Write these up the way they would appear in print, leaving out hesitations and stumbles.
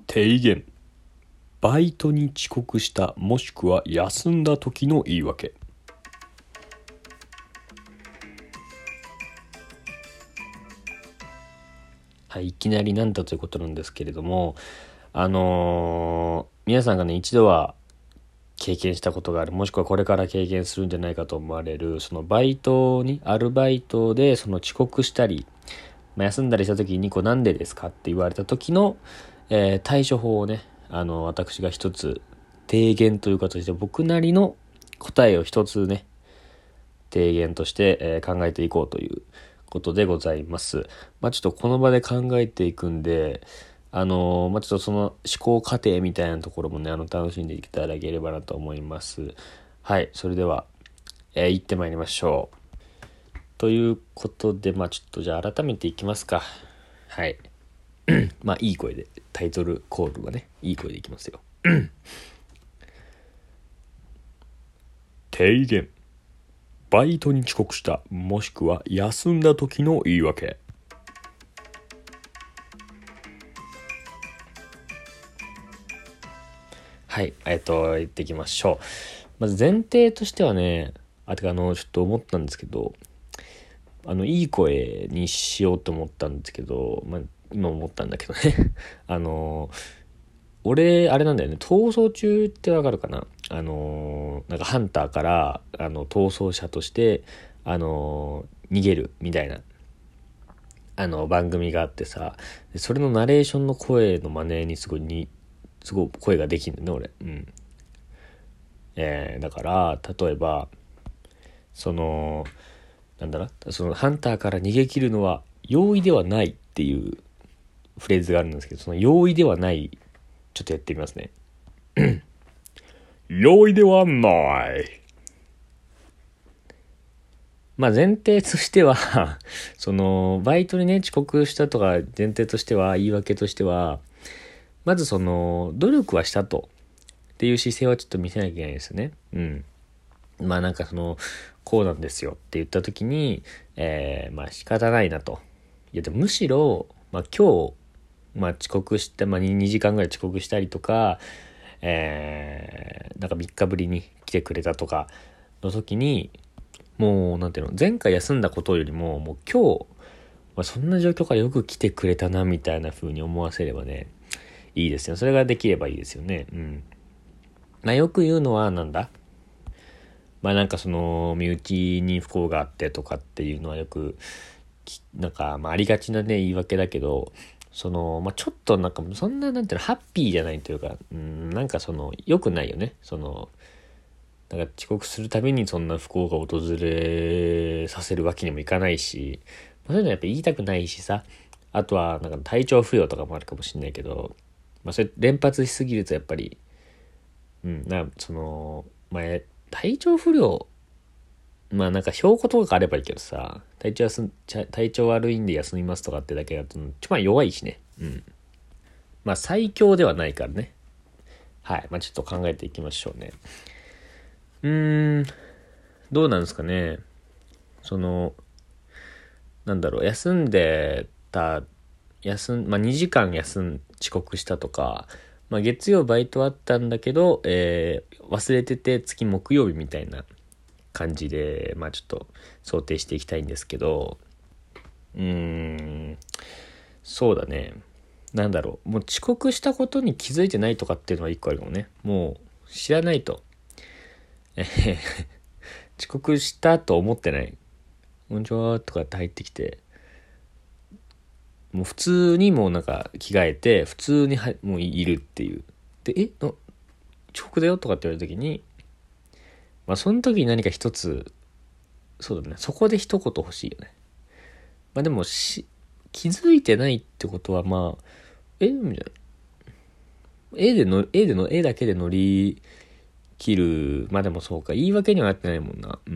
提言。バイトに遅刻したもしくは休んだ時の言い訳。はい、いきなりなんだということなんですけれども、皆さんがね一度は経験したことがある、もしくはこれから経験するんじゃないかと思われる、そのアルバイトでその遅刻したり、休んだりした時になんでですかって言われた時の、対処法をね、私が一つ提言という形で僕なりの答えを一つね提言として、考えていこうということでございます。ちょっとこの場で考えていくんで、ちょっとその思考過程みたいなところもね楽しんでいただければなと思います。はい、それでは、行ってまいりましょう。ということで、ちょっとじゃあ改めていきますか。はい。いい声で、タイトルコールはね、いい声でいきますよ。提言。バイトに遅刻した、もしくは休んだ時の言い訳。はい、言っていきましょう。まず前提としてはね、ちょっと思ったんですけど、いい声にしようと思ったんですけど、今思ったんだけどね俺あれなんだよね、逃走中ってわかるかな。なんかハンターから逃走者として逃げるみたいな番組があってさ、それのナレーションの声の真似にすごい声ができるんだね俺。だから例えばそのハンターから逃げ切るのは容易ではないっていうフレーズがあるんですけど、その容易ではない、ちょっとやってみますね。容易ではない。前提としてはそのバイトにね遅刻したとか前提としては、言い訳としては、まずその努力はしたとっていう姿勢はちょっと見せなきゃいけないですよね。こうなんですよって言った時に、仕方ないなと。いやでもむしろ、今日遅刻して、2時間ぐらい遅刻したりとか、なんか3日ぶりに来てくれたとかの時に、もう前回休んだことよりももう今日、そんな状況からよく来てくれたなみたいな風に思わせればね、いいですよ。それができればいいですよね。よく言うのはその身内に不幸があってとかっていうのはよくありがちなね言い訳だけど、そのちょっとそんなハッピーじゃないというか、良くないよね。遅刻するたびにそんな不幸が訪れさせるわけにもいかないし、そういうのやっぱ言いたくないしさ、あとは体調不良とかもあるかもしれないけど、それ連発しすぎるとやっぱり体調不良、証拠とかあればいいけどさ、体調悪いんで休みますとかってだけだと一番弱いしね。最強ではないからね。はい、ちょっと考えていきましょうね。どうなんですかね。休んでた2時間遅刻したとか、月曜バイトあったんだけど、忘れてて次木曜日みたいな感じでちょっと想定していきたいんですけど、そうだね、もう遅刻したことに気づいてないとかっていうのは一個あるかもね。もう知らないと遅刻したと思ってない、こんにちはとかって入ってきて、もう普通にもう着替えて普通にもういるっていうで、遅刻だよとかって言われた時に、その時に何か一つ、そうだね、そこで一言欲しいよね。でも気づいてないってことはみたいな、絵だけで乗り切る、でもそうか、言い訳にはなってないもんな。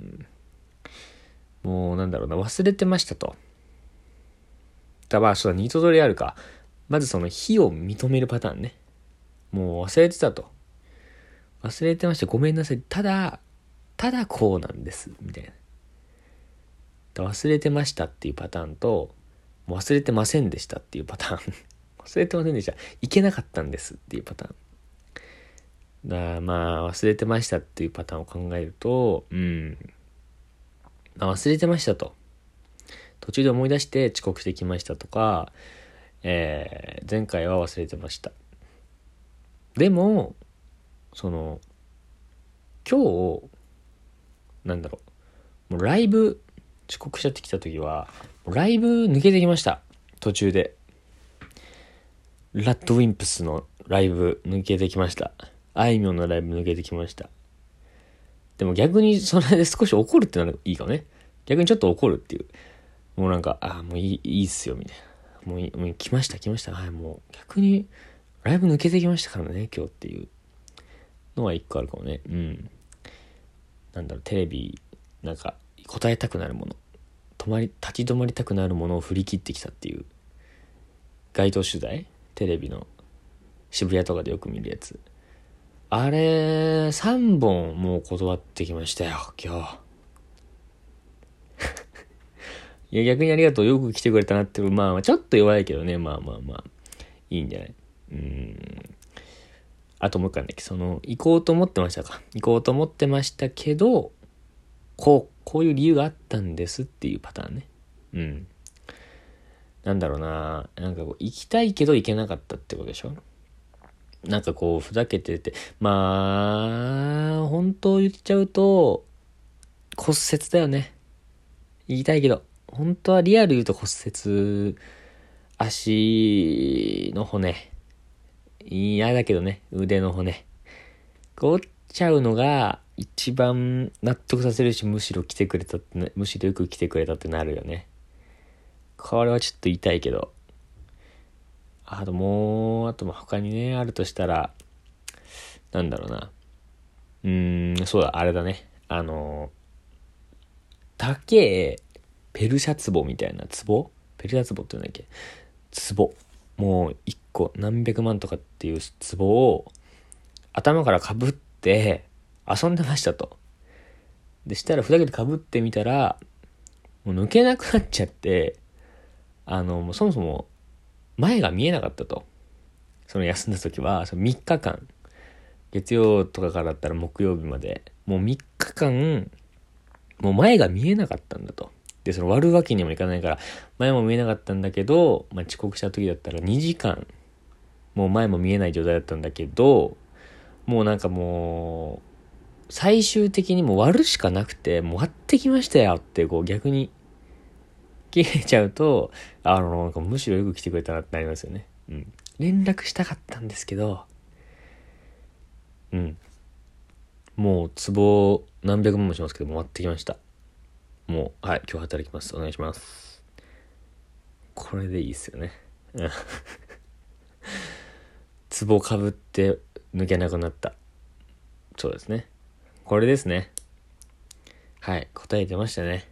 もう忘れてましたと。そうだ、二度取りあるか。まずその非を認めるパターンね。もう忘れてたと。忘れてました。ごめんなさい。ただこうなんです。みたいな。忘れてましたっていうパターンと、もう忘れてませんでしたっていうパターン。 忘れてませんでした。行けなかったんですっていうパターン。まあ忘れてましたっていうパターンを考えると、忘れてましたと。途中で思い出して遅刻してきましたとか、前回は忘れてました。でも、今日、もうライブ、遅刻しちゃってきた時は、ライブ抜けてきました。途中で。ラッドウィンプスのライブ抜けてきました。あいみょんのライブ抜けてきました。でも逆にそれで少し怒るってならいいかもね。逆にちょっと怒るっていう。もうもういいっすよみたいな。もう来ました。はい、もう逆にライブ抜けてきましたからね、今日っていうのは一個あるかもね。テレビ、答えたくなるもの。立ち止まりたくなるものを振り切ってきたっていう。街頭取材、テレビの渋谷とかでよく見るやつ。あれ、3本もう断ってきましたよ、今日。いや、逆にありがとう。よく来てくれたなって。まあ、ちょっと弱いけどね。まあ、いいんじゃない？あともう一回ね、行こうと思ってましたか。行こうと思ってましたけど、こういう理由があったんですっていうパターンね。行きたいけど行けなかったってことでしょ？ふざけてて、本当を言っちゃうと、骨折だよね。言いたいけど、本当はリアル言うと骨折、足の骨。嫌だけどね、腕の骨。折っちゃうのが一番納得させるし、むしろよく来てくれたってなるよね。これはちょっと言いたいけど。あと他にね、あるとしたら、そうだ、あれだね。高え、ペルシャ壺みたいな壺？ペルシャ壺って言うんだっけ？壺。もう一個何百万とかっていう壺を頭から被って遊んでましたと。で、したらふざけて被ってみたら、もう抜けなくなっちゃって、もうそもそも前が見えなかったと。その休んだ時は、3日間、月曜とかからだったら木曜日まで、もう3日間、もう前が見えなかったんだと。で、割るわけにもいかないから、前も見えなかったんだけど、遅刻した時だったら2時間、もう前も見えない状態だったんだけど、もう最終的にもう割るしかなくて、もう割ってきましたよって、逆に、切れちゃうと、むしろよく来てくれたなってなりますよね。連絡したかったんですけど、もう壺何百万もしますけども、割ってきました。もう、はい、今日働きます。お願いします。これでいいっすよね。壺かぶって抜けなくなった。そうですね。これですね。はい、答え出ましたね。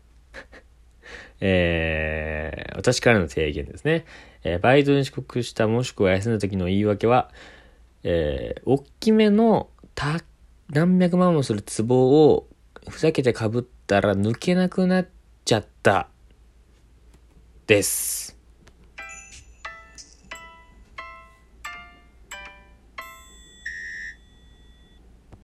私からの提言ですね。バイトに遅刻したもしくは休んだ時の言い訳は、大きめの何百万もする壺をふざけて被ったら抜けなくなっちゃったです。